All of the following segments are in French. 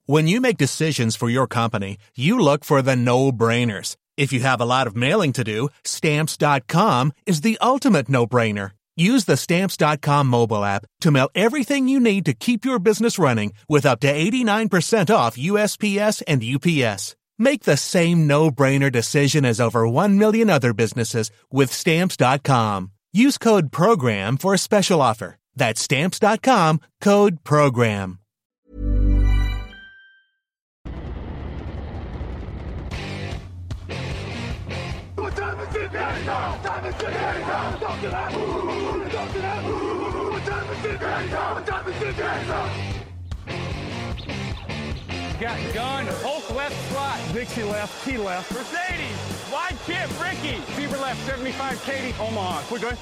When you make decisions for your company, you look for the no-brainers. If you have a lot of mailing to do, Stamps.com is the ultimate no-brainer. Use the Stamps.com mobile app to mail everything you need to keep your business running with up to 89% off USPS and UPS. Make the same no-brainer decision as over 1 million other businesses with Stamps.com. Use code PROGRAM for a special offer. That's Stamps.com, code PROGRAM. Got gun, Hulk left slot, Dixie left, T left, Mercedes, wide chip, Ricky, Fever left, 75, Katie, Omaha, we're good.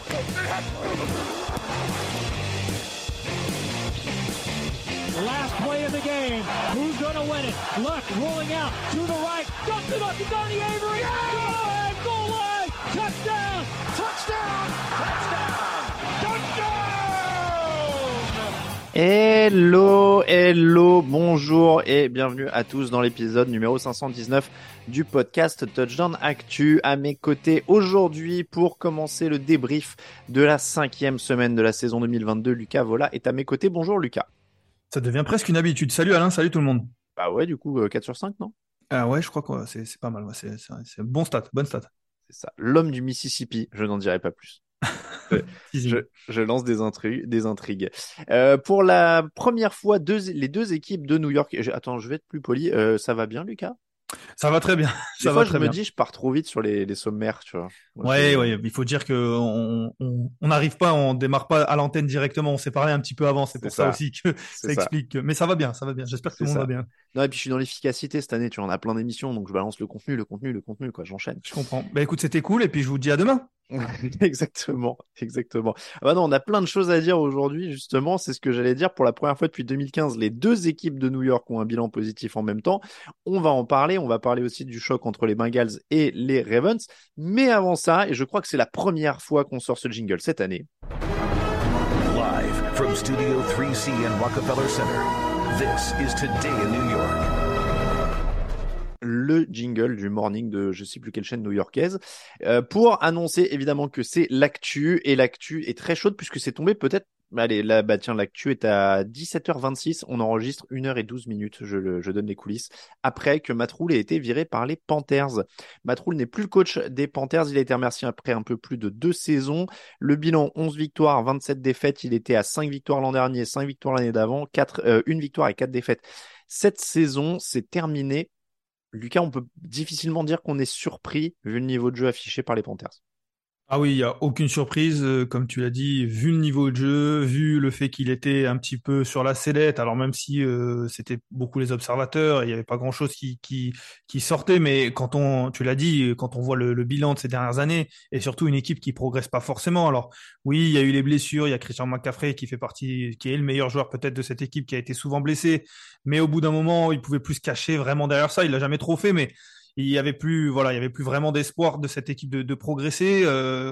Last play of the game, who's gonna win it? Luck rolling out to the right, dumps it up to Donnie Avery, yeah! Goal line, touchdown, touchdown, touchdown, touchdown! Hello, bonjour et bienvenue à tous dans l'épisode numéro 519 du podcast Touchdown Actu. À mes côtés aujourd'hui pour commencer le débrief de la 5e semaine de la saison 2022, Lucas Vola est à mes côtés. Bonjour Lucas. Ça devient presque une habitude. Salut Alain, salut tout le monde. Bah ouais, du coup 4 sur 5, non? Ah ouais, je crois que c'est pas mal. Ouais, c'est bon stat, bonne stat. C'est ça, l'homme du Mississippi, je n'en dirai pas plus. Je lance des intrigues. Pour la première fois, les deux équipes de New York. Attends, je vais être plus poli. Ça va bien, Lucas? Ça va très bien. Des fois, je me dis, je pars trop vite sur les sommaires, tu vois. Ouais, il faut dire que on n'arrive pas, on démarre pas à l'antenne directement. On s'est parlé un petit peu avant. C'est pour ça aussi que ça explique. Mais ça va bien. J'espère que tout le monde va bien. Non, et puis je suis dans l'efficacité cette année. Tu vois, on a plein d'émissions, donc je balance le contenu, quoi. J'enchaîne. Je comprends. Bah écoute, c'était cool. Et puis je vous dis à demain. Exactement. Ah bah non, on a plein de choses à dire aujourd'hui, justement. C'est ce que j'allais dire. Pour la première fois depuis 2015, les deux équipes de New York ont un bilan positif en même temps. On va en parler. On va parler aussi du choc entre les Bengals et les Ravens. Mais avant ça, et je crois que c'est la première fois qu'on sort ce jingle cette année. Live from Studio 3C in Rockefeller Center, this is Today in New York. Le jingle du morning de je sais plus quelle chaîne new-yorkaise pour annoncer évidemment que c'est l'actu, et l'actu est très chaude puisque c'est tombé peut-être. Allez, là, tiens, l'actu est à 17h26. On enregistre 1h12. Je donne les coulisses. Après que Matt Rhule ait été viré par les Panthers. Matt Rhule n'est plus le coach des Panthers. Il a été remercié après un peu plus de 2 saisons. Le bilan, 11 victoires, 27 défaites. Il était à 5 victoires l'an dernier, 5 victoires l'année d'avant, 1 victoire et 4 défaites. Cette saison, c'est terminé. Lucas, on peut difficilement dire qu'on est surpris vu le niveau de jeu affiché par les Panthers. Ah oui, il n'y a aucune surprise, comme tu l'as dit, vu le niveau de jeu, vu le fait qu'il était un petit peu sur la sellette, alors même si c'était beaucoup les observateurs, il n'y avait pas grand-chose qui sortait, mais tu l'as dit, quand on voit le bilan de ces dernières années, et surtout une équipe qui progresse pas forcément, alors oui, il y a eu les blessures, il y a Christian McCaffrey qui est le meilleur joueur peut-être de cette équipe, qui a été souvent blessé, mais au bout d'un moment, il pouvait plus se cacher vraiment derrière ça, il l'a jamais trop fait, mais il y avait plus vraiment d'espoir de cette équipe de progresser.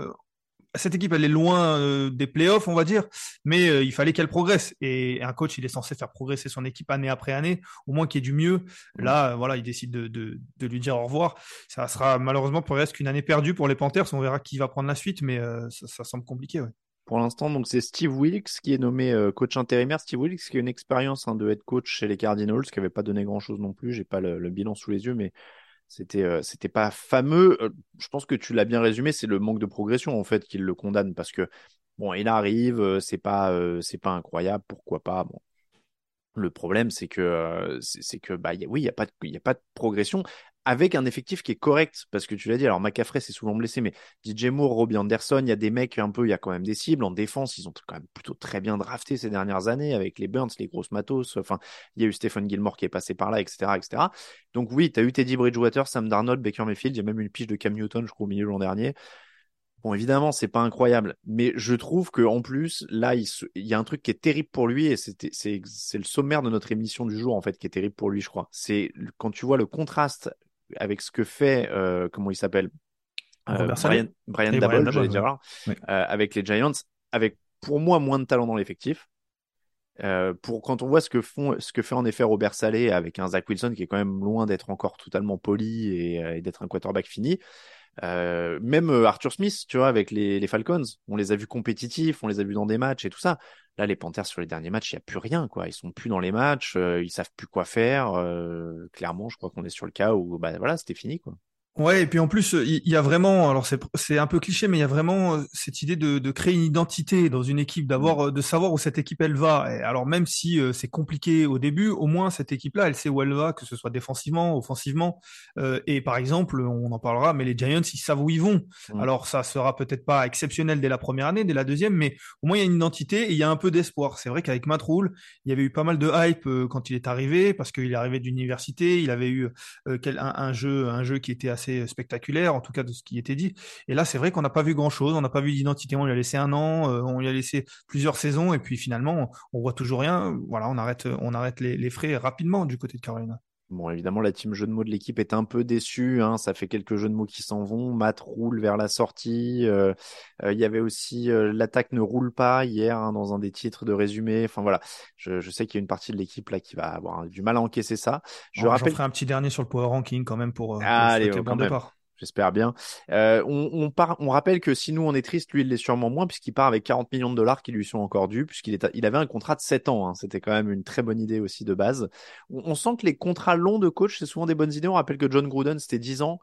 Cette équipe, elle est loin des playoffs, on va dire, mais il fallait qu'elle progresse. Et un coach, il est censé faire progresser son équipe année après année, au moins qu'il y ait du mieux. Là, voilà, il décide de lui dire au revoir. Ça sera malheureusement pour le reste qu'une année perdue pour les Panthers. On verra qui va prendre la suite, mais ça semble compliqué, ouais. Pour l'instant, donc c'est Steve Wilkes qui est nommé coach intérimaire. Steve Wilkes qui a une expérience de head coach chez les Cardinals, qui n'avait pas donné grand-chose non plus. J'ai pas le bilan sous les yeux, mais c'était pas fameux. Je pense que tu l'as bien résumé, c'est le manque de progression en fait qui le condamne, parce que bon, il arrive, c'est pas incroyable, pourquoi pas. Bon, le problème c'est que il y a pas de progression avec un effectif qui est correct, parce que tu l'as dit. Alors McCaffrey c'est souvent blessé, mais DJ Moore, Robbie Anderson, il y a des mecs un peu, il y a quand même des cibles en défense. Ils ont quand même plutôt très bien drafté ces dernières années avec les Burns, les grosses matos. Enfin, il y a eu Stephen Gilmore qui est passé par là, etc. Donc oui, tu as eu Teddy Bridgewater, Sam Darnold, Baker Mayfield. Il y a même une pige de Cam Newton, je crois, au milieu l'an dernier. Bon, évidemment, c'est pas incroyable, mais je trouve que en plus, là, il y a un truc qui est terrible pour lui, et c'est le sommaire de notre émission du jour en fait qui est terrible pour lui, je crois. C'est quand tu vois le contraste avec ce que fait, comment il s'appelle, Brian Daboll, j'allais dire là, ouais. avec les Giants, avec pour moi moins de talent dans l'effectif, Pour quand on voit ce que fait en effet Robert Saleh avec un Zach Wilson qui est quand même loin d'être encore totalement poli et d'être un quarterback fini. Même Arthur Smith, tu vois, avec les Falcons, on les a vus compétitifs, on les a vus dans des matchs et tout ça. Là, les Panthers sur les derniers matchs, il y a plus rien, quoi. Ils sont plus dans les matchs, ils savent plus quoi faire. Clairement, je crois qu'on est sur le cas où, bah voilà, c'était fini, quoi. Ouais, et puis en plus, il y a vraiment, alors c'est un peu cliché, mais il y a vraiment cette idée de créer une identité dans une équipe, Mm. d'avoir de savoir où cette équipe elle va. Et alors même si c'est compliqué au début, au moins cette équipe-là, elle sait où elle va, que ce soit défensivement, offensivement. Et par exemple, on en parlera, mais les Giants, ils savent où ils vont. Mm. Alors ça sera peut-être pas exceptionnel dès la première année, dès la deuxième, mais au moins il y a une identité et il y a un peu d'espoir. C'est vrai qu'avec Matt Rhule, il y avait eu pas mal de hype quand il est arrivé, parce qu'il est arrivé d'université, il avait eu un jeu qui était assez spectaculaire, en tout cas de ce qui était dit. Et là, c'est vrai qu'on n'a pas vu grand-chose, on n'a pas vu d'identité. On lui a laissé un an, on lui a laissé plusieurs saisons, et puis finalement, on voit toujours rien. Voilà, on arrête les frais rapidement du côté de Carolina. Bon, évidemment, la team jeu de mots de l'équipe est un peu déçue, hein. Ça fait quelques jeux de mots qui s'en vont. Matt roule vers la sortie. Il y avait aussi l'attaque ne roule pas hier, hein, dans un des titres de résumé. Enfin voilà, je sais qu'il y a une partie de l'équipe là qui va avoir du mal à encaisser ça. Je Bon, j'en rappelle. ferai un petit dernier sur le power ranking quand même pour lui Allez, souhaiter quand bon même. départ. J'espère bien. On rappelle que si nous on est triste, lui il l'est sûrement moins puisqu'il part avec 40 millions de dollars qui lui sont encore dus il avait un contrat de 7 ans, hein. C'était quand même une très bonne idée aussi de base. On sent que les contrats longs de coach c'est souvent des bonnes idées. On rappelle que John Gruden c'était 10 ans.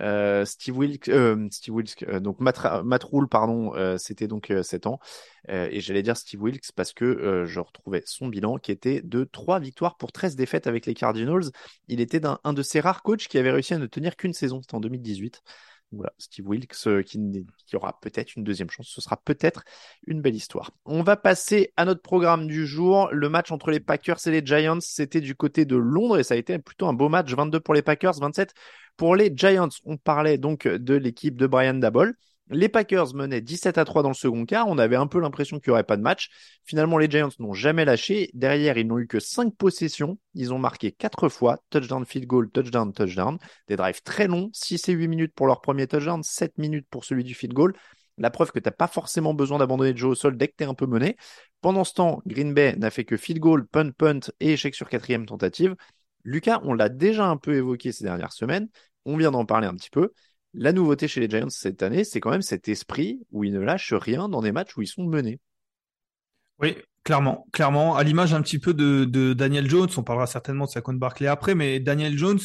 Steve Wilkes, donc Matt Rhule, pardon, c'était donc 7 ans. Et j'allais dire Steve Wilkes parce que je retrouvais son bilan qui était de 3 victoires pour 13 défaites avec les Cardinals. Il était un de ces rares coachs qui avait réussi à ne tenir qu'une saison, c'était en 2018. Voilà, Steve Wilkes qui aura peut-être une deuxième chance, ce sera peut-être une belle histoire. On va passer à notre programme du jour. Le match entre les Packers et les Giants, c'était du côté de Londres et ça a été plutôt un beau match, 22 pour les Packers, 27 pour les Giants. On parlait donc de l'équipe de Brian Daboll. Les Packers menaient 17-3 dans le second quart. On avait un peu l'impression qu'il n'y aurait pas de match. Finalement, les Giants n'ont jamais lâché. Derrière, ils n'ont eu que 5 possessions. Ils ont marqué 4 fois. Touchdown, field goal, touchdown, touchdown. Des drives très longs. 6 et 8 minutes pour leur premier touchdown. 7 minutes pour celui du field goal. La preuve que tu n'as pas forcément besoin d'abandonner le jeu au sol dès que tu es un peu mené. Pendant ce temps, Green Bay n'a fait que field goal, punt et échec sur quatrième tentative. Lucas, on l'a déjà un peu évoqué ces dernières semaines. On vient d'en parler un petit peu. La nouveauté chez les Giants cette année, c'est quand même cet esprit où ils ne lâchent rien dans des matchs où ils sont menés. Oui, clairement, à l'image un petit peu de Daniel Jones, on parlera certainement de Saquon Barkley après, mais Daniel Jones,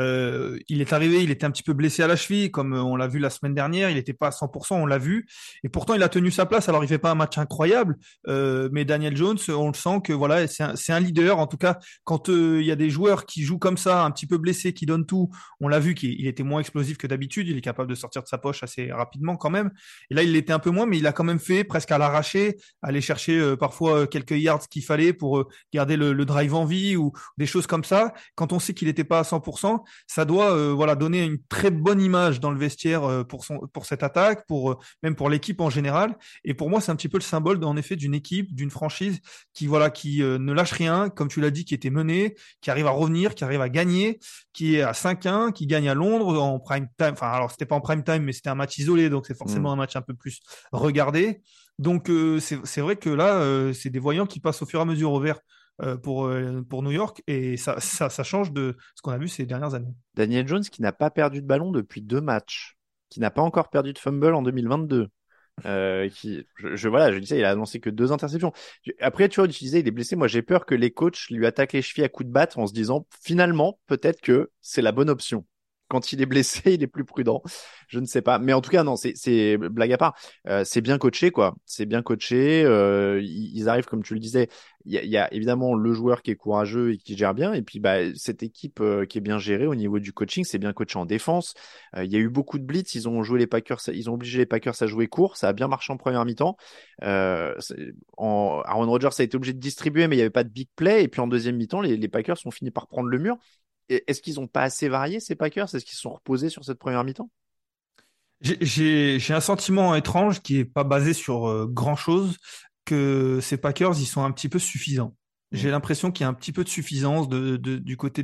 il est arrivé, il était un petit peu blessé à la cheville, comme on l'a vu la semaine dernière, il n'était pas à 100%, on l'a vu, et pourtant il a tenu sa place. Alors il fait pas un match incroyable, mais Daniel Jones, on le sent que voilà, c'est un leader. En tout cas, quand il y a des joueurs qui jouent comme ça, un petit peu blessés, qui donnent tout, on l'a vu qu'il était moins explosif que d'habitude, il est capable de sortir de sa poche assez rapidement quand même. Et là il l'était un peu moins, mais il a quand même fait presque à l'arraché, aller chercher parfois quelques yards qu'il fallait pour garder le drive en vie ou des choses comme ça. Quand on sait qu'il n'était pas à 100%, ça doit voilà donner une très bonne image dans le vestiaire pour cette attaque, même pour l'équipe en général. Et pour moi, c'est un petit peu le symbole en effet d'une équipe, d'une franchise qui ne lâche rien, comme tu l'as dit, qui était menée, qui arrive à revenir, qui arrive à gagner, qui est à 5-1, qui gagne à Londres en prime time. Enfin, alors c'était pas en prime time, mais c'était un match isolé, donc c'est forcément un match un peu plus regardé. Donc c'est vrai que là, c'est des voyants qui passent au fur et à mesure au vert pour New York, et ça change de ce qu'on a vu ces dernières années. Daniel Jones qui n'a pas perdu de ballon depuis 2 matchs, qui n'a pas encore perdu de fumble en 2022. Voilà, je disais, il a annoncé que 2 interceptions. Après, tu vois, tu disais, il est blessé. Moi, j'ai peur que les coachs lui attaquent les chevilles à coups de batte en se disant, finalement, peut-être que c'est la bonne option. Quand il est blessé, il est plus prudent. Je ne sais pas. Mais en tout cas, non, c'est blague à part. C'est bien coaché, quoi. C'est bien coaché. Ils arrivent, comme tu le disais. Il y a évidemment le joueur qui est courageux et qui gère bien. Et puis, bah, cette équipe qui est bien gérée au niveau du coaching, c'est bien coaché en défense. Il y a eu beaucoup de blitz. Ils ont obligé les Packers à jouer court. Ça a bien marché en première mi-temps. Aaron Rodgers a été obligé de distribuer, mais il n'y avait pas de big play. Et puis en deuxième mi-temps, les Packers ont fini par prendre le mur. Est-ce qu'ils n'ont pas assez varié, ces Packers? Est-ce qu'ils se sont reposés sur cette première mi-temps? J'ai un sentiment étrange qui est pas basé sur grand-chose, que ces Packers, ils sont un petit peu suffisants. J'ai l'impression qu'il y a un petit peu de suffisance du côté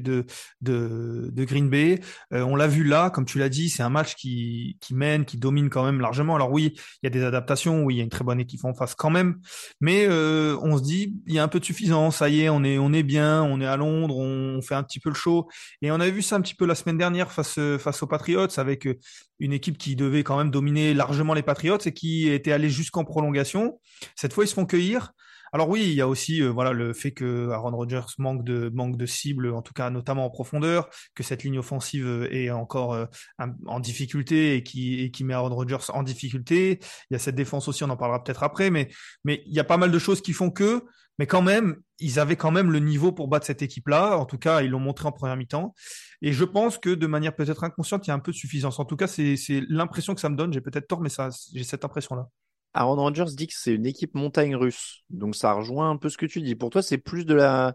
de Green Bay. On l'a vu là, comme tu l'as dit, c'est un match qui mène, qui domine quand même largement. Alors oui, il y a des adaptations, oui, il y a une très bonne équipe en face quand même, mais on se dit, il y a un peu de suffisance. Ça y est, on est bien, on est à Londres, on fait un petit peu le show. Et on a vu ça un petit peu la semaine dernière face aux Patriots avec une équipe qui devait quand même dominer largement les Patriots et qui était allée jusqu'en prolongation. Cette fois, ils se font cueillir. Alors oui, il y a aussi voilà le fait que Aaron Rodgers manque de cible, en tout cas notamment en profondeur, que cette ligne offensive est encore en difficulté et qui met Aaron Rodgers en difficulté. Il y a cette défense aussi, on en parlera peut-être après, mais il y a pas mal de choses qui font que, mais quand même, ils avaient quand même le niveau pour battre cette équipe-là. En tout cas, ils l'ont montré en première mi-temps. Et je pense que de manière peut-être inconsciente, il y a un peu de suffisance. En tout cas, c'est l'impression que ça me donne. J'ai peut-être tort, mais ça, j'ai cette impression-là. Aaron Rodgers dit que c'est une équipe montagne russe. Donc ça rejoint un peu ce que tu dis. Pour toi, c'est plus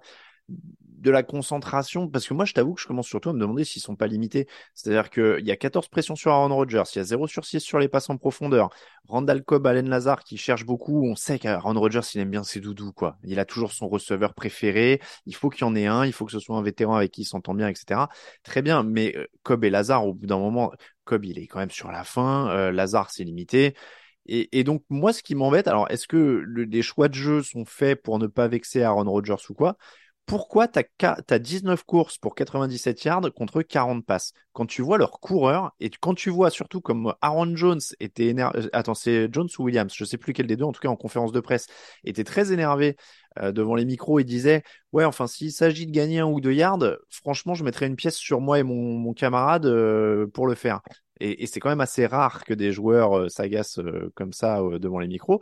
de la concentration. Parce que moi, je t'avoue que je commence surtout à me demander s'ils sont pas limités. C'est-à-dire qu'il y a 14 pressions sur Aaron Rodgers. Il y a 0 sur 6 sur les passes en profondeur. Randall Cobb, Allen Lazare qui cherche beaucoup. On sait qu'Aaron Rodgers, il aime bien ses doudous, quoi. Il a toujours son receveur préféré. Il faut qu'il y en ait un. Il faut que ce soit un vétéran avec qui il s'entend bien, etc. Très bien. Mais Cobb et Lazare, au bout d'un moment, Cobb, il est quand même sur la fin. Lazare, c'est limité. Et donc, moi, ce qui m'embête, alors, est-ce que les choix de jeu sont faits pour ne pas vexer Aaron Rodgers ou quoi? Pourquoi t'as 19 courses pour 97 yards contre 40 passes? Quand tu vois leurs coureurs, et quand tu vois surtout comme Aaron Jones était énervé, attends, c'est Jones ou Williams, je sais plus quel des deux, en tout cas en conférence de presse, était très énervé devant les micros et disait, ouais, enfin, s'il s'agit de gagner 1 ou 2 yards, franchement, je mettrais une pièce sur moi et mon camarade pour le faire. Et c'est quand même assez rare que des joueurs s'agacent comme ça devant les micros.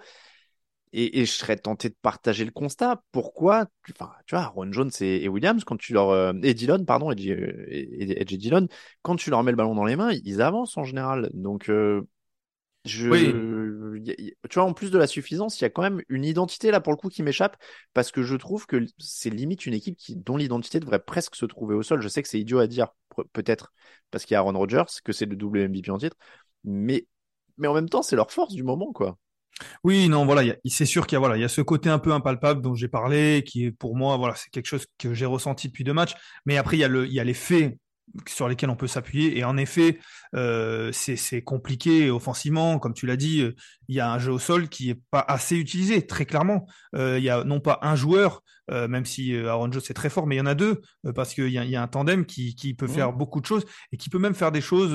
Et je serais tenté de partager le constat. Pourquoi, enfin, tu vois, Aaron Jones et Williams, quand tu leur, et Dillon, pardon, et Dillon, quand tu leur mets le ballon dans les mains, ils avancent en général. Donc, Oui, tu vois, en plus de la suffisance, il y a quand même une identité là pour le coup qui m'échappe parce que je trouve que c'est limite une équipe dont l'identité devrait presque se trouver au sol. Je sais que c'est idiot à dire, peut-être parce qu'il y a Aaron Rodgers, que c'est le double MVP en titre, mais, mais en même temps, c'est leur force du moment, quoi. oui, non, voilà, c'est sûr qu'il y a, voilà, il y a ce côté un peu impalpable dont j'ai parlé, qui est pour moi, voilà, c'est quelque chose que j'ai ressenti depuis 2 matchs. Mais après, il y a les faits sur lesquels on peut s'appuyer. Et en effet, c'est compliqué offensivement, comme tu l'as dit. Il y a un jeu au sol qui est pas assez utilisé, très clairement. Il y a non pas un joueur, même si Aaron Jones est très fort, mais il y en a deux parce qu'il y a un tandem qui peut faire beaucoup de choses et qui peut même faire des choses,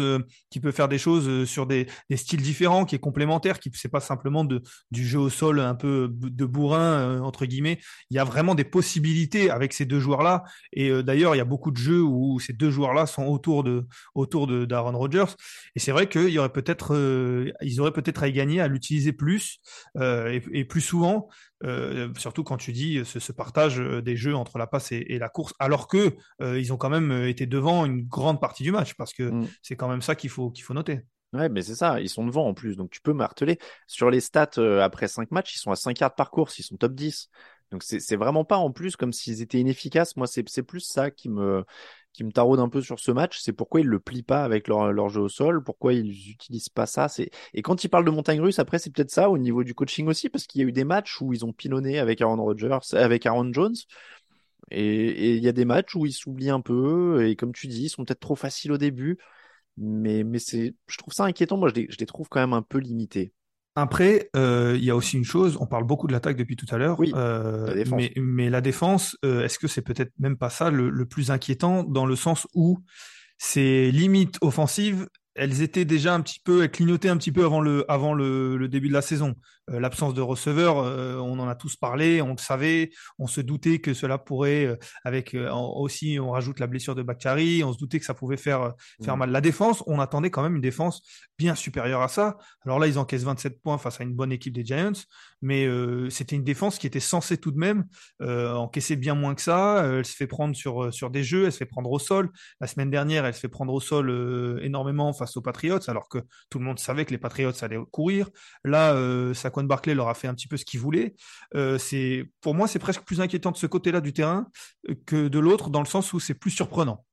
sur des styles différents, qui est complémentaire, qui c'est pas simplement du jeu au sol un peu de bourrin entre guillemets. Il y a vraiment des possibilités avec ces deux joueurs-là. Et d'ailleurs, il y a beaucoup de jeux où ces deux joueurs-là sont autour de d'Aaron Rodgers. Et c'est vrai qu'il y aurait peut-être, ils auraient peut-être à y gagner, à l'utiliser plus et plus souvent. Surtout quand tu dis ce partage des jeux entre la passe et la course, alors que ils ont quand même été devant une grande partie du match, parce que Mm. c'est quand même ça qu'il faut noter. Ouais, mais c'est ça, ils sont devant en plus, donc tu peux marteler. Sur les stats, après 5 matchs, ils sont à 5 yards par course, ils sont top 10. Donc c'est vraiment pas en plus comme s'ils étaient inefficaces. Moi, c'est plus ça qui me taraude un peu sur ce match. C'est pourquoi ils le plient pas avec leur jeu au sol, pourquoi ils utilisent pas ça. Et quand ils parlent de montagne russe, après, c'est peut-être ça au niveau du coaching aussi, parce qu'il y a eu des matchs où ils ont pilonné avec Aaron Rodgers, avec Aaron Jones. Et il y a des matchs où ils s'oublient un peu, et comme tu dis, ils sont peut-être trop faciles au début. Mais je trouve ça inquiétant. Moi, je les trouve quand même un peu limités. Après, il y a aussi une chose, on parle beaucoup de l'attaque depuis tout à l'heure, Oui, la défense. mais la défense, est-ce que c'est peut-être même pas ça le plus inquiétant, dans le sens où ces limites offensives, elles étaient déjà un petit peu, elles clignotaient un petit peu avant le début de la saison. L'absence de receveur, on en a tous parlé, on le savait, on se doutait que cela pourrait, aussi, on rajoute la blessure de Bakhtiari, on se doutait que ça pouvait faire Mm. mal. La défense, on attendait quand même une défense bien supérieure à ça. Alors là, ils encaissent 27 points face à une bonne équipe des Giants, mais c'était une défense qui était censée tout de même encaisser bien moins que ça. Elle se fait prendre sur des jeux, elle se fait prendre au sol. La semaine dernière, elle se fait prendre au sol énormément face aux Patriots, alors que tout le monde savait que les Patriots allaient courir. Là, Saquon Barkley leur a fait un petit peu ce qu'il voulait. Pour moi, c'est presque plus inquiétant de ce côté-là du terrain que de l'autre, dans le sens où c'est plus surprenant.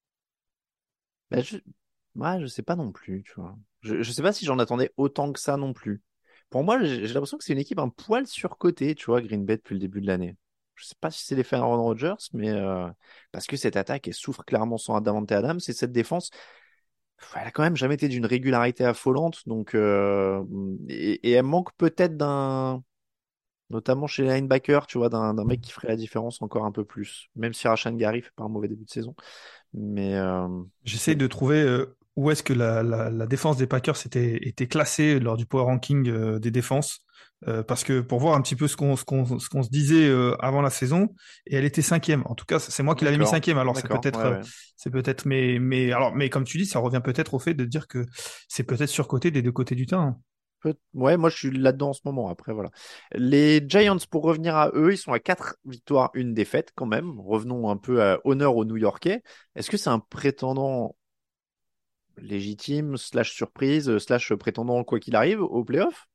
Bah, ouais, je sais pas non plus, tu vois. Je sais pas si j'en attendais autant que ça non plus. Pour moi, j'ai l'impression que c'est une équipe un poil surcotée, tu vois, Green Bay depuis le début de l'année. Je sais pas si c'est l'effet Aaron Rodgers, mais parce que cette attaque, elle souffre clairement sans Davante Adams et cette défense, elle a quand même jamais été d'une régularité affolante. Donc, et elle manque peut-être notamment chez les linebackers, tu vois, d'un mec qui ferait la différence encore un peu plus. Même si Rashan Gary fait pas un mauvais début de saison. Mais, J'essaie de trouver où est-ce que la défense des Packers était classée lors du power ranking des défenses. Parce que pour voir un petit peu ce qu'on se disait avant la saison, et elle était cinquième. En tout cas, c'est moi qui l'avais mis cinquième. Alors d'accord, ouais, ouais. c'est peut-être, mais comme tu dis, ça revient peut-être au fait de dire que c'est peut-être surcoté des deux côtés du terrain. Ouais, moi je suis là-dedans en ce moment. Après, voilà. Les Giants, pour revenir à eux, ils sont à 4 victoires, une défaite quand même. Revenons un peu à honneur aux New-Yorkais. Est-ce que c'est un prétendant légitime, slash surprise, slash prétendant quoi qu'il arrive au playoff?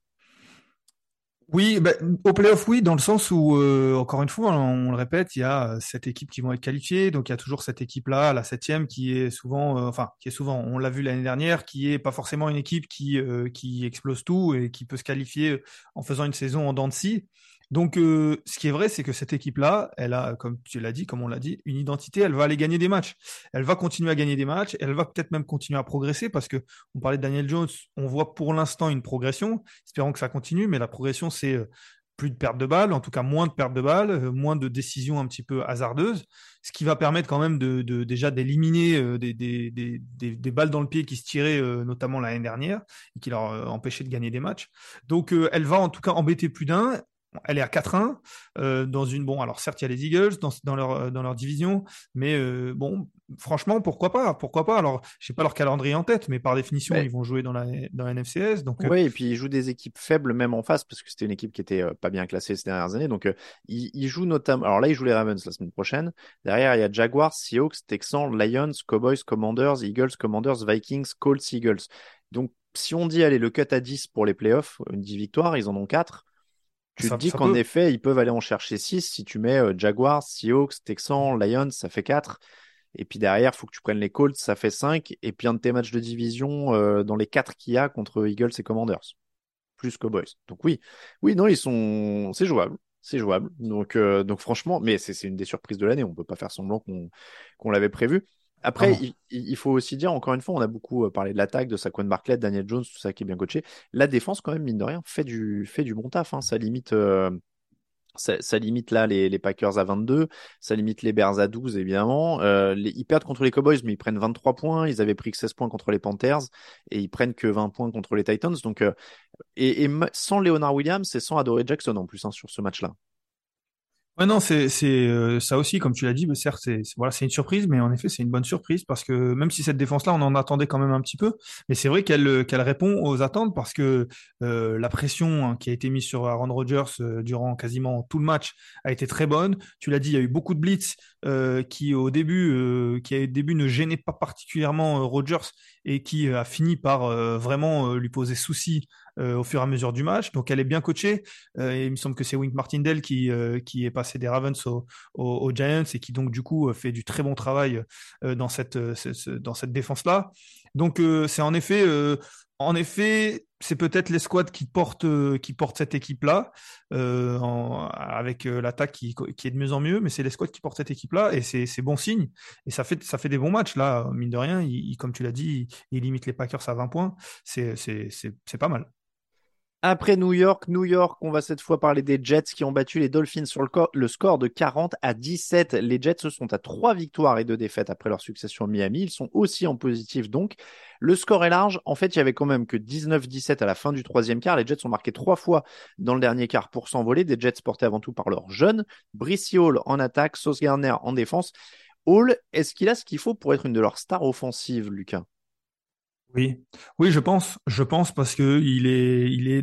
Oui, ben, au playoff, oui, dans le sens où, encore une fois, on le répète, il y a 7 équipes qui vont être qualifiées, donc il y a toujours cette équipe-là, la septième, qui est souvent, on l'a vu l'année dernière, qui est pas forcément une équipe qui explose tout et qui peut se qualifier en faisant une saison en dents de scie. Donc, ce qui est vrai, c'est que cette équipe-là, elle a, comme tu l'as dit, comme on l'a dit, une identité. Elle va aller gagner des matchs. Elle va continuer à gagner des matchs. Elle va peut-être même continuer à progresser parce que on parlait de Daniel Jones. On voit pour l'instant une progression. Espérons que ça continue, mais la progression, c'est plus de pertes de balles, en tout cas moins de pertes de balles, moins de décisions un petit peu hasardeuses, ce qui va permettre quand même déjà d'éliminer des balles dans le pied qui se tiraient notamment l'année dernière et qui leur empêchaient de gagner des matchs. Donc elle va en tout cas embêter plus d'un. Elle est à 4-1 dans une alors certes il y a les Eagles dans leur division, mais bon franchement pourquoi pas, alors j'ai pas leur calendrier en tête, mais par définition Ben, ils vont jouer dans la NFCS, donc ouais, et puis ils jouent des équipes faibles même en face parce que c'était une équipe qui était pas bien classée ces dernières années. Donc ils jouent notamment. Alors là, ils jouent les Ravens la semaine prochaine. Derrière, il y a Jaguars, Seahawks, Texans, Lions, Cowboys, Commanders, Eagles, Commanders, Vikings, Colts, Eagles. Donc si on dit allez le cut à 10 pour les playoffs, une 10 victoires, ils en ont 4. Tu te dis ça qu'en peut. effet, ils peuvent aller en chercher 6 si tu mets Jaguars, Seahawks, Texans, Lions, ça fait 4. Et puis derrière, il faut que tu prennes les Colts, ça fait 5. Et puis un de tes matchs de division dans les 4 qu'il y a contre Eagles et Commanders, plus Cowboys. Donc oui, oui, non, c'est jouable. C'est jouable. Donc franchement, mais c'est une des surprises de l'année. On peut pas faire semblant qu'on l'avait prévu. Ah Après, non. il faut aussi dire, encore une fois, on a beaucoup parlé de l'attaque, de Saquon Barkley, de Daniel Jones, tout ça qui est bien coaché. La défense, quand même, mine de rien, fait du bon taf, hein. Ça limite là les Packers à 22, ça limite les Bears à 12 évidemment. Ils perdent contre les Cowboys, mais ils prennent 23 points. Ils avaient pris que 16 points contre les Panthers et ils prennent que 20 points contre les Titans. Donc, sans Leonard Williams et sans Adoree Jackson en plus, hein, sur ce match-là. Ouais, non, c'est ça aussi, comme tu l'as dit, mais certes, voilà, c'est une surprise, mais en effet, c'est une bonne surprise parce que même si cette défense-là, on en attendait quand même un petit peu, mais c'est vrai qu'elle répond aux attentes parce que la pression qui a été mise sur Aaron Rodgers durant quasiment tout le match a été très bonne. Tu l'as dit, il y a eu beaucoup de blitz qui au début ne gênaient pas particulièrement Rodgers et qui a fini par vraiment lui poser souci au fur et à mesure du match. Donc elle est bien coachée. Et il me semble que c'est Wink Martindale qui est passé des Ravens aux Giants et qui donc du coup fait du très bon travail dans cette défense-là. Donc c'est en effet, c'est peut-être l'escouade qui porte cette équipe-là, avec l'attaque qui est de mieux en mieux, mais c'est l'escouade qui porte cette équipe-là et c'est bon signe. Et ça fait des bons matchs là, mine de rien. Comme tu l'as dit, il limite les Packers à 20 points. C'est pas mal. Après New York, on va cette fois parler des Jets qui ont battu les Dolphins sur le score de 40-17. Les Jets se sont à 3 victoires et 2 défaites après leur succession à Miami. Ils sont aussi en positif donc. Le score est large. En fait, il y avait quand même que 19-17 à la fin du troisième quart. Les Jets ont marqué 3 fois dans le dernier quart pour s'envoler. Des Jets portés avant tout par leurs jeunes. Brissy Hall en attaque, Sauce Gardner en défense. Hall, est-ce qu'il a ce qu'il faut pour être une de leurs stars offensives, Lucas? Oui, oui, je pense parce que il est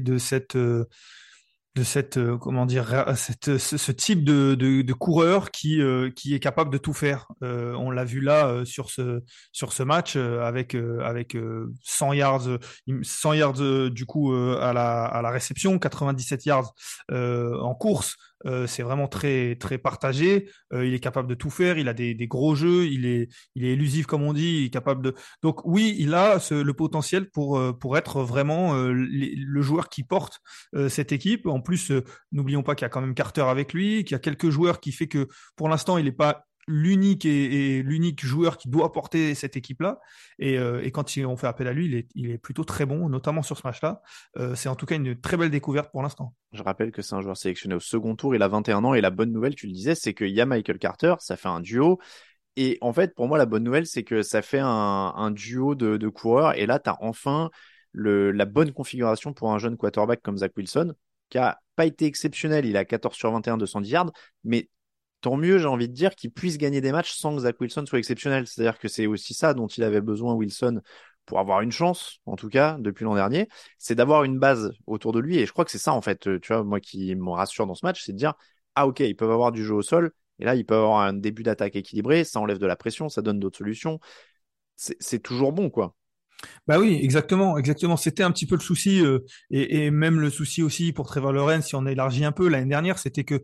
de cette comment dire ce type de coureur qui est capable de tout faire. On l'a vu là sur ce match avec 100 yards 100 yards du coup à la réception, 97 yards en course. c'est vraiment très très partagé. Il est capable de tout faire. Il a des gros jeux. Il est élusif comme on dit. Il est capable de. Donc oui, il a le potentiel pour être vraiment le joueur qui porte cette équipe. En plus, n'oublions pas qu'il y a quand même Carter avec lui, qu'il y a quelques joueurs qui fait que pour l'instant, il n'est pas l'unique et l'unique joueur qui doit porter cette équipe-là. Et quand on fait appel à lui, il est plutôt très bon, notamment sur ce match-là. C'est en tout cas une très belle découverte pour l'instant. Je rappelle que c'est un joueur sélectionné au second tour, il a 21 ans et la bonne nouvelle, tu le disais, c'est qu'il y a Michael Carter, ça fait un duo. Et en fait, pour moi, la bonne nouvelle, c'est que ça fait un duo de coureurs. Et là, tu as enfin la bonne configuration pour un jeune quarterback comme Zach Wilson, qui a pas été exceptionnel. Il a 14 sur 21, 210 yards. Mais tant mieux, j'ai envie de dire, qu'il puisse gagner des matchs sans que Zach Wilson soit exceptionnel. C'est-à-dire que c'est aussi ça dont il avait besoin, Wilson, pour avoir une chance, en tout cas, depuis l'an dernier. C'est d'avoir une base autour de lui. Et je crois que c'est ça, en fait, tu vois, moi qui me rassure dans ce match, c'est de dire, ah ok, ils peuvent avoir du jeu au sol. Et là, ils peuvent avoir un début d'attaque équilibré, ça enlève de la pression, ça donne d'autres solutions. C'est toujours bon, quoi. Bah oui, exactement, exactement. C'était un petit peu le souci, et même le souci aussi pour Trevor Lawrence, si on élargit un peu l'année dernière, c'était que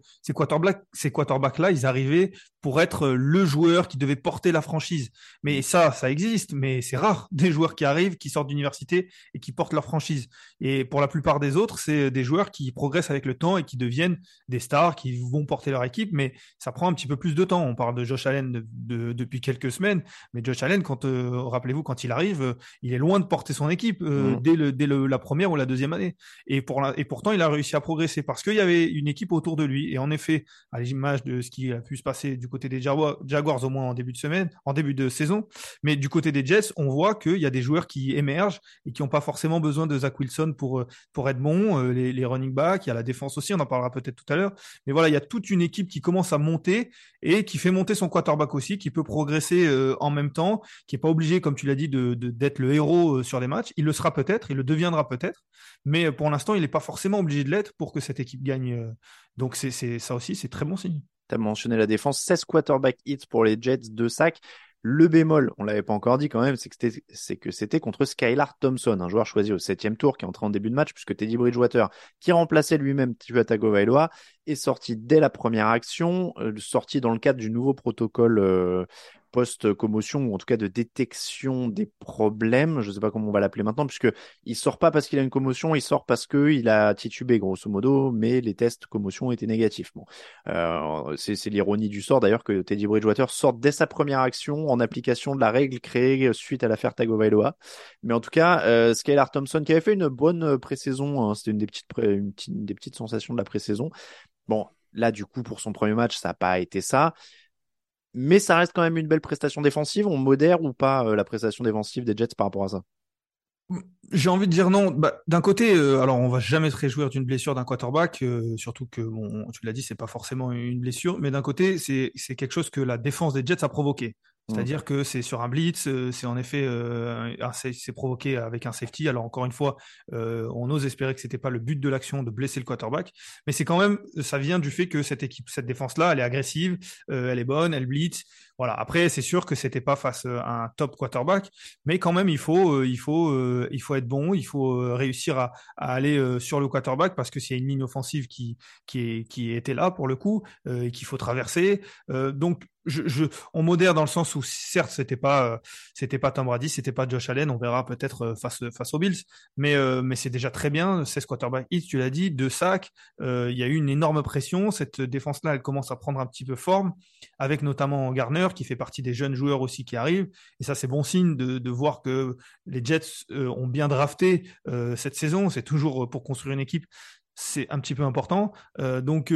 ces quarterbacks-là, ils arrivaient pour être le joueur qui devait porter la franchise. Mais ça existe, mais c'est rare des joueurs qui arrivent, qui sortent d'université et qui portent leur franchise. Et pour la plupart des autres, c'est des joueurs qui progressent avec le temps et qui deviennent des stars, qui vont porter leur équipe, mais ça prend un petit peu plus de temps. On parle de Josh Allen depuis quelques semaines, mais Josh Allen, rappelez-vous, quand il arrive, il est loin de porter son équipe dès la première ou la deuxième année. Et pourtant, il a réussi à progresser parce qu'il y avait une équipe autour de lui. Et en effet, à l'image de ce qui a pu se passer du côté des Jaguars au moins en début de saison, mais du côté des Jets, on voit qu'il y a des joueurs qui émergent et qui n'ont pas forcément besoin de Zach Wilson pour être bons. Les running backs, il y a la défense aussi, on en parlera peut-être tout à l'heure. Mais voilà, il y a toute une équipe qui commence à monter et qui fait monter son quarterback aussi, qui peut progresser en même temps, qui n'est pas obligé, comme tu l'as dit, d'être le héros sur les matchs. Il le sera peut-être, il le deviendra peut-être, mais pour l'instant, il n'est pas forcément obligé de l'être pour que cette équipe gagne. Donc ça aussi, c'est très bon signe. Tu as mentionné la défense, 16 quarterback hits pour les Jets, 2 sacs. Le bémol, on l'avait pas encore dit quand même, c'est que c'était contre Skylar Thompson, un joueur choisi au 7e tour qui est entré en début de match, puisque Teddy Bridgewater, qui remplaçait lui-même Tua Tagovailoa, est sorti dès la première action, sorti dans le cadre du nouveau protocole post-commotion, ou en tout cas de détection des problèmes, je ne sais pas comment on va l'appeler maintenant, puisque il sort pas parce qu'il a une commotion, il sort parce qu'il a titubé grosso modo, mais les tests commotion étaient négatifs. Bon, c'est l'ironie du sort d'ailleurs que Teddy Bridgewater sorte dès sa première action en application de la règle créée suite à l'affaire Tagovailoa. Mais en tout cas, Skylar Thompson qui avait fait une bonne pré-saison, hein, c'était une des petites sensations de la pré-saison. Bon, là du coup pour son premier match, ça n'a pas été ça. Mais ça reste quand même une belle prestation défensive. On modère ou pas la prestation défensive des Jets par rapport à ça? J'ai envie de dire non. Bah, d'un côté, alors on va jamais se réjouir d'une blessure d'un quarterback, surtout que bon, tu l'as dit, c'est pas forcément une blessure, mais d'un côté, c'est quelque chose que la défense des Jets a provoqué. C'est-à-dire que c'est sur un blitz, c'est en effet c'est provoqué avec un safety. Alors encore une fois, on ose espérer que c'était pas le but de l'action de blesser le quarterback, mais c'est quand même, ça vient du fait que cette défense-là, elle est agressive, elle est bonne, elle blitz. Voilà. Après, c'est sûr que c'était pas face à un top quarterback, mais quand même, il faut être bon, il faut réussir à aller sur le quarterback parce que s'il y a une ligne offensive qui était là pour le coup et qu'il faut traverser, donc on modère dans le sens où certes c'était pas Tom Brady, c'était pas Josh Allen, on verra peut-être face aux Bills, mais c'est déjà très bien. 16 quarterback hits, tu l'as dit, 2 sacs, il y a eu une énorme pression. Cette défense-là, elle commence à prendre un petit peu forme, avec notamment Garner qui fait partie des jeunes joueurs aussi qui arrivent, et ça c'est bon signe de voir que les Jets ont bien drafté cette saison. C'est toujours pour construire une équipe. C'est un petit peu important. Donc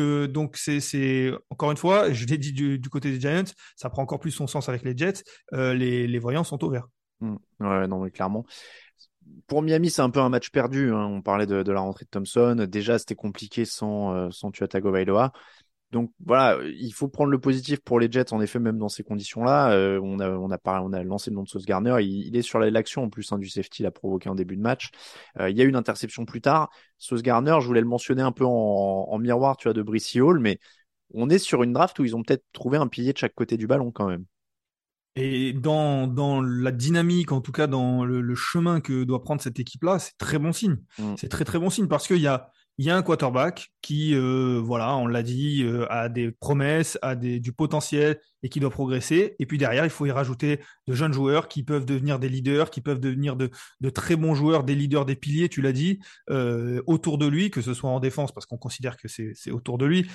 c'est encore une fois, je l'ai dit du côté des Giants, ça prend encore plus son sens avec les Jets. Les voyants sont au vert. Ouais, non, mais clairement. Pour Miami, c'est un peu un match perdu, hein. On parlait de la rentrée de Thompson. Déjà, c'était compliqué sans Tua Tagovailoa. Donc voilà, il faut prendre le positif pour les Jets, en effet, même dans ces conditions-là. On a lancé le nom de Sauce Gardner. Il est sur l'action en plus, hein, du safety, il a provoqué en début de match. Il y a eu une interception plus tard. Sauce Gardner, je voulais le mentionner un peu en miroir, tu vois, de Breece Hall, mais on est sur une draft où ils ont peut-être trouvé un pilier de chaque côté du ballon quand même. Et dans la dynamique, en tout cas dans le chemin que doit prendre cette équipe-là, c'est très bon signe. C'est très très bon signe parce qu'il y a il y a un quarterback qui, voilà, on l'a dit, a des promesses, du potentiel et qui doit progresser. Et puis derrière, il faut y rajouter de jeunes joueurs qui peuvent devenir des leaders, qui peuvent devenir de très bons joueurs, des leaders, des piliers, tu l'as dit, autour de lui, que ce soit en défense, parce qu'on considère que c'est autour de lui,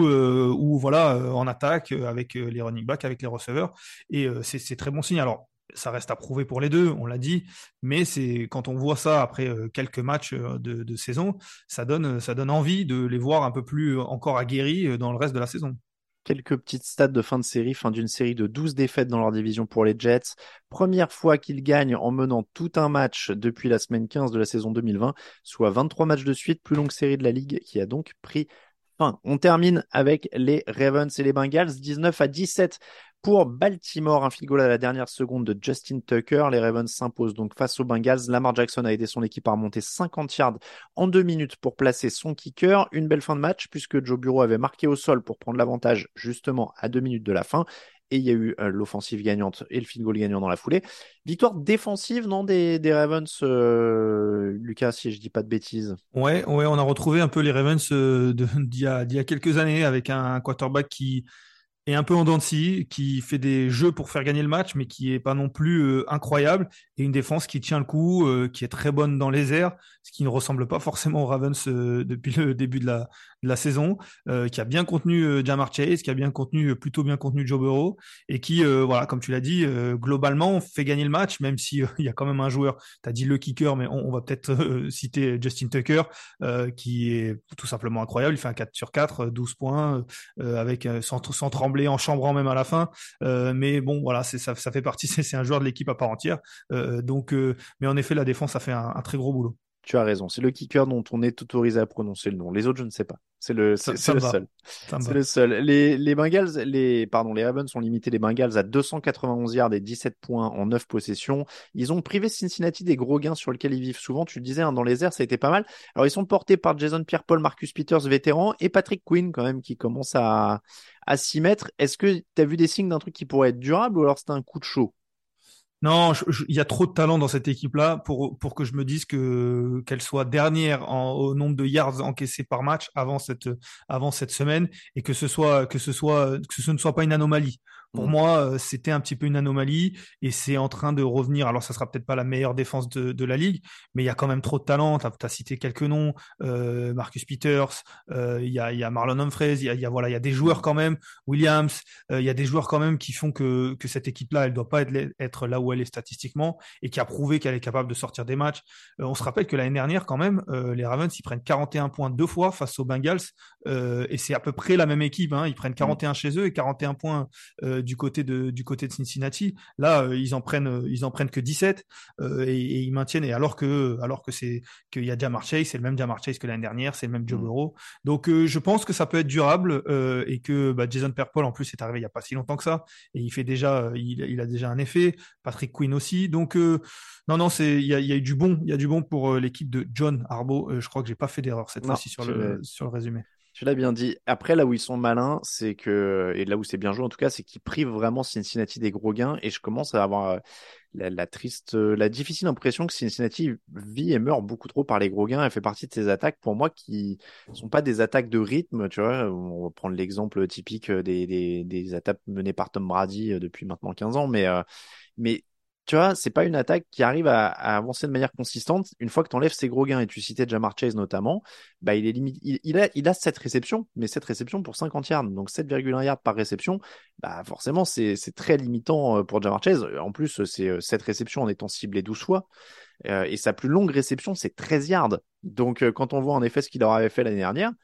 ou voilà, en attaque, avec les running backs, avec les receveurs. Et c'est très bon signe. Alors, ça reste à prouver pour les deux, on l'a dit, mais c'est quand on voit ça après quelques matchs de saison, ça donne envie de les voir un peu plus encore aguerris dans le reste de la saison. Quelques petites stats de fin de série, fin d'une série de 12 défaites dans leur division pour les Jets. Première fois qu'ils gagnent en menant tout un match depuis la semaine 15 de la saison 2020, soit 23 matchs de suite, plus longue série de la ligue qui a donc pris fin. On termine avec les Ravens et les Bengals, 19-17 pour Baltimore, un field goal à la dernière seconde de Justin Tucker. Les Ravens s'imposent donc face aux Bengals. Lamar Jackson a aidé son équipe à remonter 50 yards en 2 minutes pour placer son kicker. Une belle fin de match puisque Joe Burrow avait marqué au sol pour prendre l'avantage justement à 2 minutes de la fin. Et il y a eu l'offensive gagnante et le field goal gagnant dans la foulée. Victoire défensive, non, des Ravens, Lucas, si je dis pas de bêtises. Ouais, on a retrouvé un peu les Ravens d'il y a quelques années avec un quarterback qui est un peu en dents de scie, qui fait des jeux pour faire gagner le match, mais qui est pas non plus incroyable, et une défense qui tient le coup, qui est très bonne dans les airs, ce qui ne ressemble pas forcément aux Ravens depuis le début de la saison, qui a bien contenu Ja'Marr Chase, qui a bien contenu, plutôt bien contenu Joe Burrow, et qui, voilà, comme tu l'as dit, globalement fait gagner le match, même si il y a quand même un joueur, tu as dit le kicker, mais on va peut-être citer Justin Tucker, qui est tout simplement incroyable, il fait un 4 sur 4, 12 points, avec sans trembler, en chambrant même à la fin. Mais bon, voilà, ça fait partie, c'est un joueur de l'équipe à part entière. Mais en effet, la défense a fait un très gros boulot. Tu as raison, c'est le kicker dont on est autorisé à prononcer le nom. Les autres, je ne sais pas. C'est Ça le me va. seul. Ça me C'est va. le seul. Les Bengals, les Ravens ont limité les Bengals à 291 yards et 17 points en 9 possessions. Ils ont privé Cincinnati des gros gains sur lesquels ils vivent souvent. Tu le disais, hein, dans les airs, ça a été pas mal. Alors, ils sont portés par Jason Pierre-Paul, Marcus Peters, vétéran, et Patrick Quinn, quand même, qui commence à s'y mettre. Est-ce que tu as vu des signes d'un truc qui pourrait être durable ou alors c'était un coup de chaud? Non, il y a trop de talent dans cette équipe-là pour que je me dise qu'elle soit dernière au nombre de yards encaissés par match avant cette semaine et que ce ne soit pas une anomalie. Pour Hmm. moi, c'était un petit peu une anomalie et c'est en train de revenir. Alors, ça sera peut-être pas la meilleure défense de la ligue, mais il y a quand même trop de talent. T'as cité quelques noms, Marcus Peters, il y a Marlon Humphreys, voilà, il y a des joueurs quand même, Williams, il y a des joueurs quand même qui font que cette équipe-là, elle doit pas être là où elle est statistiquement et qui a prouvé qu'elle est capable de sortir des matchs. On se rappelle que l'année dernière, quand même, les Ravens, ils prennent 41 points 2 fois face aux Bengals et c'est à peu près la même équipe. Hein. Ils prennent Hmm. 41 chez eux et 41 points du côté de Cincinnati. Là, ils en prennent que 17 et ils maintiennent. Et alors que qu'il y a Ja'Marr Chase, c'est le même Ja'Marr Chase que l'année dernière, c'est le même Joe Hmm. Burrow. Donc, je pense que ça peut être durable et que Jason Pierre-Paul en plus est arrivé il y a pas si longtemps que ça et il fait déjà, il a déjà un effet. Patrick Quinn aussi. Donc, non, il y a eu du bon, il y a du bon pour l'équipe de John Harbaugh. Je crois que j'ai pas fait d'erreur cette Non, fois-ci sur le résumé. tu l'as bien dit. Après, là où ils sont malins, c'est que, et là où c'est bien joué en tout cas, c'est qu'ils privent vraiment Cincinnati des gros gains. Et je commence à avoir la triste, la difficile impression que Cincinnati vit et meurt beaucoup trop par les gros gains. Elle fait partie de ces attaques, pour moi, qui sont pas des attaques de rythme. Tu vois, on va prendre l'exemple typique des attaques menées par Tom Brady depuis maintenant 15 ans. Mais tu vois, c'est pas une attaque qui arrive à avancer de manière consistante. Une fois que tu enlèves ses gros gains, et tu citais Ja'Marr Chase notamment, bah, il est limite, il a 7 réceptions, mais 7 réceptions pour 50 yards. Donc 7,1 yards par réception, bah, forcément, c'est très limitant pour Ja'Marr Chase. En plus, c'est 7 réceptions en étant ciblé 12 fois. Et sa plus longue réception, c'est 13 yards. Donc, quand on voit en effet ce qu'il leur avait fait l'année dernière,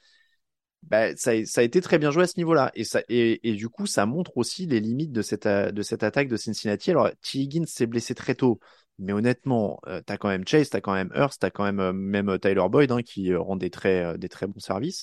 bah, ça a été très bien joué à ce niveau-là. Et du coup, ça montre aussi les limites de cette attaque de Cincinnati. Alors, T. Higgins s'est blessé très tôt. Mais honnêtement, t'as quand même Chase, t'as quand même Hurst, t'as quand même même Tyler Boyd hein, qui rend des très bons services.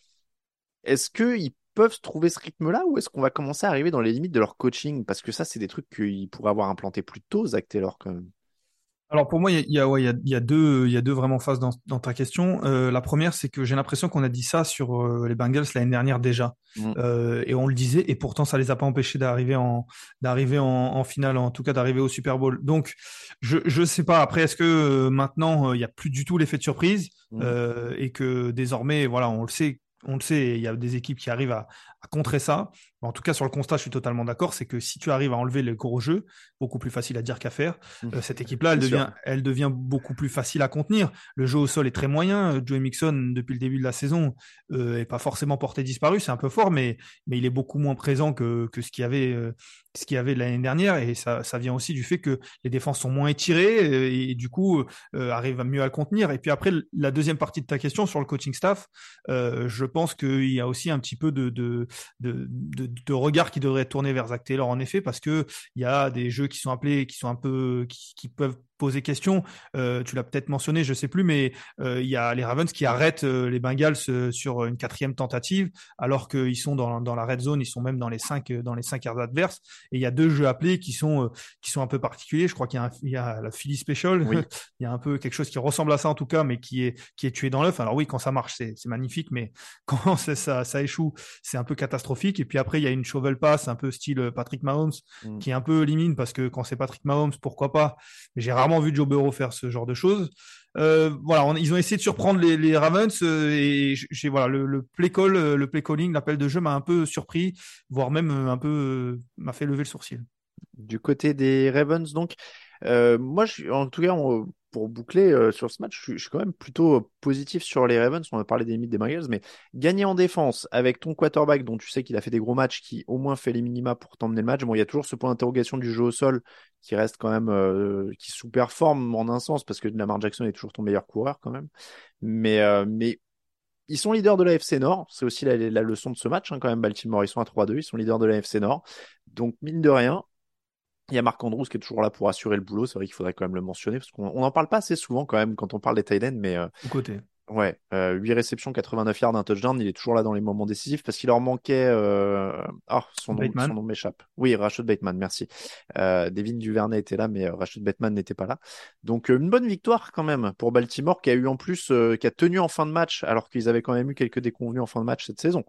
Est-ce qu'ils peuvent se trouver ce rythme-là ou est-ce qu'on va commencer à arriver dans les limites de leur coaching? Parce que ça, c'est des trucs qu'ils pourraient avoir implanté plus tôt, Zach Taylor, quand même. Alors pour moi, il y a deux vraiment phases dans ta question. La première, c'est que j'ai l'impression qu'on a dit ça sur les Bengals l'année dernière déjà, Mm. et on le disait, et pourtant ça les a pas empêchés d'arriver en finale, en tout cas d'arriver au Super Bowl. Donc je sais pas. Après, est-ce que maintenant il y a plus du tout l'effet de surprise Mm. et que désormais, voilà, on le sait, il y a des équipes qui arrivent à contrer ça. En tout cas, sur le constat, je suis totalement d'accord. C'est que si tu arrives à enlever le gros jeu, beaucoup plus facile à dire qu'à faire, cette équipe-là, C'est sûr. elle devient beaucoup plus facile à contenir. Le jeu au sol est très moyen. Joey Mixon, depuis le début de la saison, est pas forcément porté disparu. C'est un peu fort, mais il est beaucoup moins présent que ce qu'il y avait l'année dernière. Et ça vient aussi du fait que les défenses sont moins étirées et du coup, arrivent mieux à le contenir. Et puis après, la deuxième partie de ta question sur le coaching staff, je pense qu'il y a aussi un petit peu de regard qui devrait être tourné vers Zach Taylor, en effet, parce que il y a des jeux qui sont appelés, qui sont un peu, qui peuvent poser question. Tu l'as peut-être mentionné, je sais plus, mais il y a les Ravens qui arrêtent les Bengals sur une 4e tentative, alors qu'ils sont dans la red zone, ils sont même dans les 5 yards adverses. Et il y a 2 jeux appelés qui sont un peu particuliers. Je crois il y a la Philly Special, Oui. il y a un peu quelque chose qui ressemble à ça en tout cas, mais qui est tué dans l'œuf. Alors oui, quand ça marche, c'est magnifique, mais quand ça échoue, c'est un peu catastrophique. Et puis après, il y a une shovel pass un peu style Patrick Mahomes, Mm. qui est un peu limite parce que quand c'est Patrick Mahomes, pourquoi pas. Mais j'ai rarement vu Joe Burrow faire ce genre de choses. Voilà, ils ont essayé de surprendre les Ravens et voilà le play call, le play calling, l'appel de jeu m'a un peu surpris, voire même un peu m'a fait lever le sourcil. Du côté des Ravens, donc, moi, en tout cas, pour boucler sur ce match, je suis quand même plutôt positif sur les Ravens. On a parlé des mythes des Bengals, mais gagner en défense avec ton quarterback, dont tu sais qu'il a fait des gros matchs, qui au moins fait les minima pour t'emmener le match. Bon, il y a toujours ce point d'interrogation du jeu au sol qui reste quand même, qui sous-performe en un sens, parce que Lamar Jackson est toujours ton meilleur coureur quand même. Mais ils sont leaders de la FC Nord. C'est aussi la leçon de ce match, hein, quand même, Baltimore. Ils sont à 3-2, ils sont leaders de la FC Nord. Donc, mine de rien. Il y a Marc Andrews qui est toujours là pour assurer le boulot. C'est vrai qu'il faudrait quand même le mentionner parce qu'on n'en parle pas assez souvent quand même quand on parle des tight ends. Mais Au côté. ouais, 8 réceptions, 89 yards, un touchdown. Il est toujours là dans les moments décisifs parce qu'il leur manquait. Ah, son Bateman. nom m'échappe. Oui, Rashad Bateman, merci. Devin Duvernay était là, mais Rashad Bateman n'était pas là. Donc une bonne victoire quand même pour Baltimore qui a eu en plus, qui a tenu en fin de match alors qu'ils avaient quand même eu quelques déconvenues en fin de match cette saison.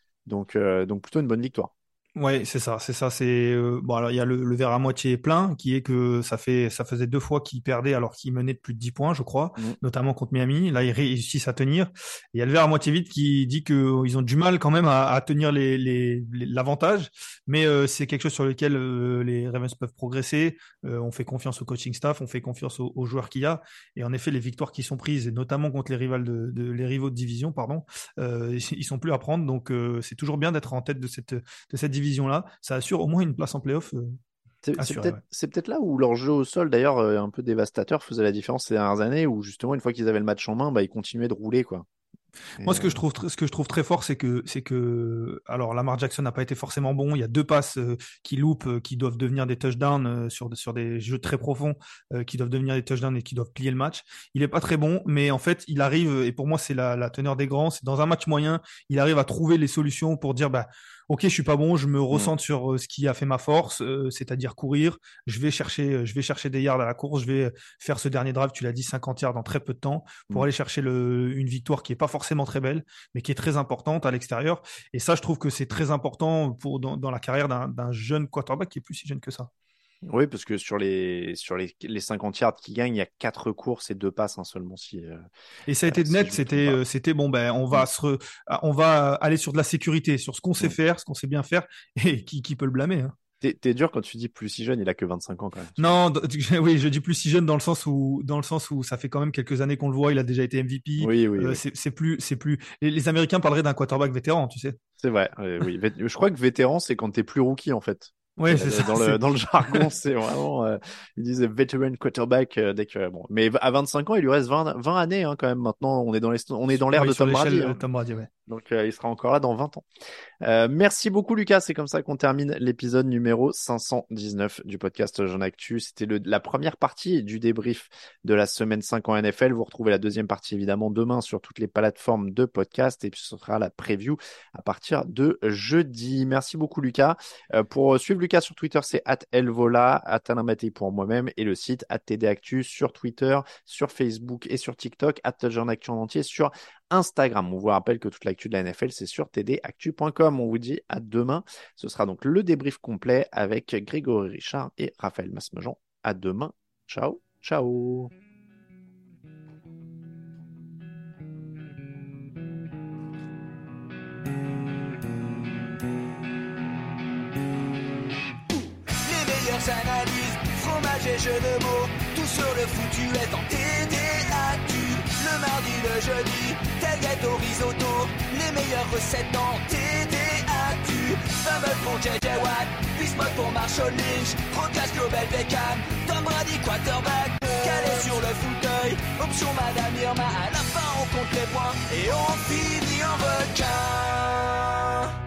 Donc plutôt une bonne victoire. Ouais, c'est ça, c'est ça. C'est bon. Alors il y a le verre à moitié plein, qui est que ça faisait 2 fois qu'ils perdaient alors qu'ils menaient de plus de 10 points, je crois, Mm. notamment contre Miami. Là, ils réussissent à tenir. Et il y a le verre à moitié vide qui dit que ils ont du mal quand même à tenir l'avantage, mais c'est quelque chose sur lequel les Ravens peuvent progresser. On fait confiance au coaching staff, on fait confiance aux joueurs qu'il y a. Et en effet, les victoires qui sont prises, et notamment contre les rivaux de division, pardon, ils sont plus à prendre. Donc c'est toujours bien d'être en tête de cette division-là. Ça assure au moins une place en playoff assurée. Ouais. C'est peut-être là où leur jeu au sol, d'ailleurs, un peu dévastateur, faisait la différence ces dernières années, où justement, une fois qu'ils avaient le match en main, bah, ils continuaient de rouler, quoi. Et, Moi, ce que je trouve très fort, c'est que, alors, Lamar Jackson n'a pas été forcément bon. Il y a 2 passes qui loupent, qui doivent devenir des touchdowns sur des jeux très profonds, qui doivent devenir des touchdowns et qui doivent plier le match. Il est pas très bon, mais en fait, il arrive, et pour moi, c'est la teneur des grands. C'est dans un match moyen, il arrive à trouver les solutions pour dire, bah, ok, je suis pas bon, je me hmm. recentre sur ce qui a fait ma force, c'est-à-dire courir. Je vais chercher des yards à la course. Je vais faire ce dernier drive, tu l'as dit, 50 yards en très peu de temps pour aller chercher une victoire qui est pas forcément très belle, mais qui est très importante à l'extérieur. Et ça, je trouve que c'est très important dans la carrière d'un jeune quarterback qui est plus si jeune que ça. Oui, parce que les 50 yards qui gagnent, il y a 4 courses et 2 passes, hein, seulement, Et ça a été si net, je me trompe pas. c'était bon, ben, Hmm. on va aller sur de la sécurité, sur ce qu'on sait Hmm. faire, ce qu'on sait bien faire, et qui peut le blâmer, hein. T'es dur quand tu dis plus si jeune, il a que 25 ans quand même. Non, oui, je dis plus si jeune dans le sens où ça fait quand même quelques années qu'on le voit. Il a déjà été MVP. Oui, oui, oui. C'est plus. Les Américains parleraient d'un quarterback vétéran, tu sais. C'est vrai, oui. Je crois que vétéran, c'est quand t'es plus rookie, en fait. Ouais, c'est ça. Dans le jargon, c'est vraiment, ils disent veteran quarterback dès que, bon. Mais à 25 ans, il lui reste 20 années, hein, quand même. Maintenant, on est dans l'ère Oui, de sur Tom Brady, l'échelle hein. Tom Brady, ouais. Donc, il sera encore là dans 20 ans. Merci beaucoup Lucas, c'est comme ça qu'on termine l'épisode numéro 519 du podcast Jeune Actu. C'était la première partie du débrief de la semaine 5 en NFL. Vous retrouvez la deuxième partie évidemment demain sur toutes les plateformes de podcast et puis ce sera la preview à partir de jeudi. Merci beaucoup Lucas. Pour suivre Lucas sur Twitter, c'est @elvola, @alainmattei pour moi-même et le site @tdactu sur Twitter, sur Facebook et sur TikTok, @jeunactu en entier sur Instagram. On vous rappelle que toute l'actu de la NFL, c'est sur tdactu.com. On vous dit à demain. Ce sera donc le débrief complet avec Grégory Richard et Raphaël Masmejean. À demain. Ciao, ciao. Les meilleures analyses, fromage et jeux de mots, tout sur le foutu est en TDAQ. Le mardi, le jeudi, tailgate au risotto, les meilleures recettes dans TDAQ. Fumble pour JJ Watt, Bismuth pour Marshall Lynch, Rocas Global Beckham, Tom Brady quarterback, calé sur le fauteuil, option Madame Irma, à la fin on compte les points et on finit en requin.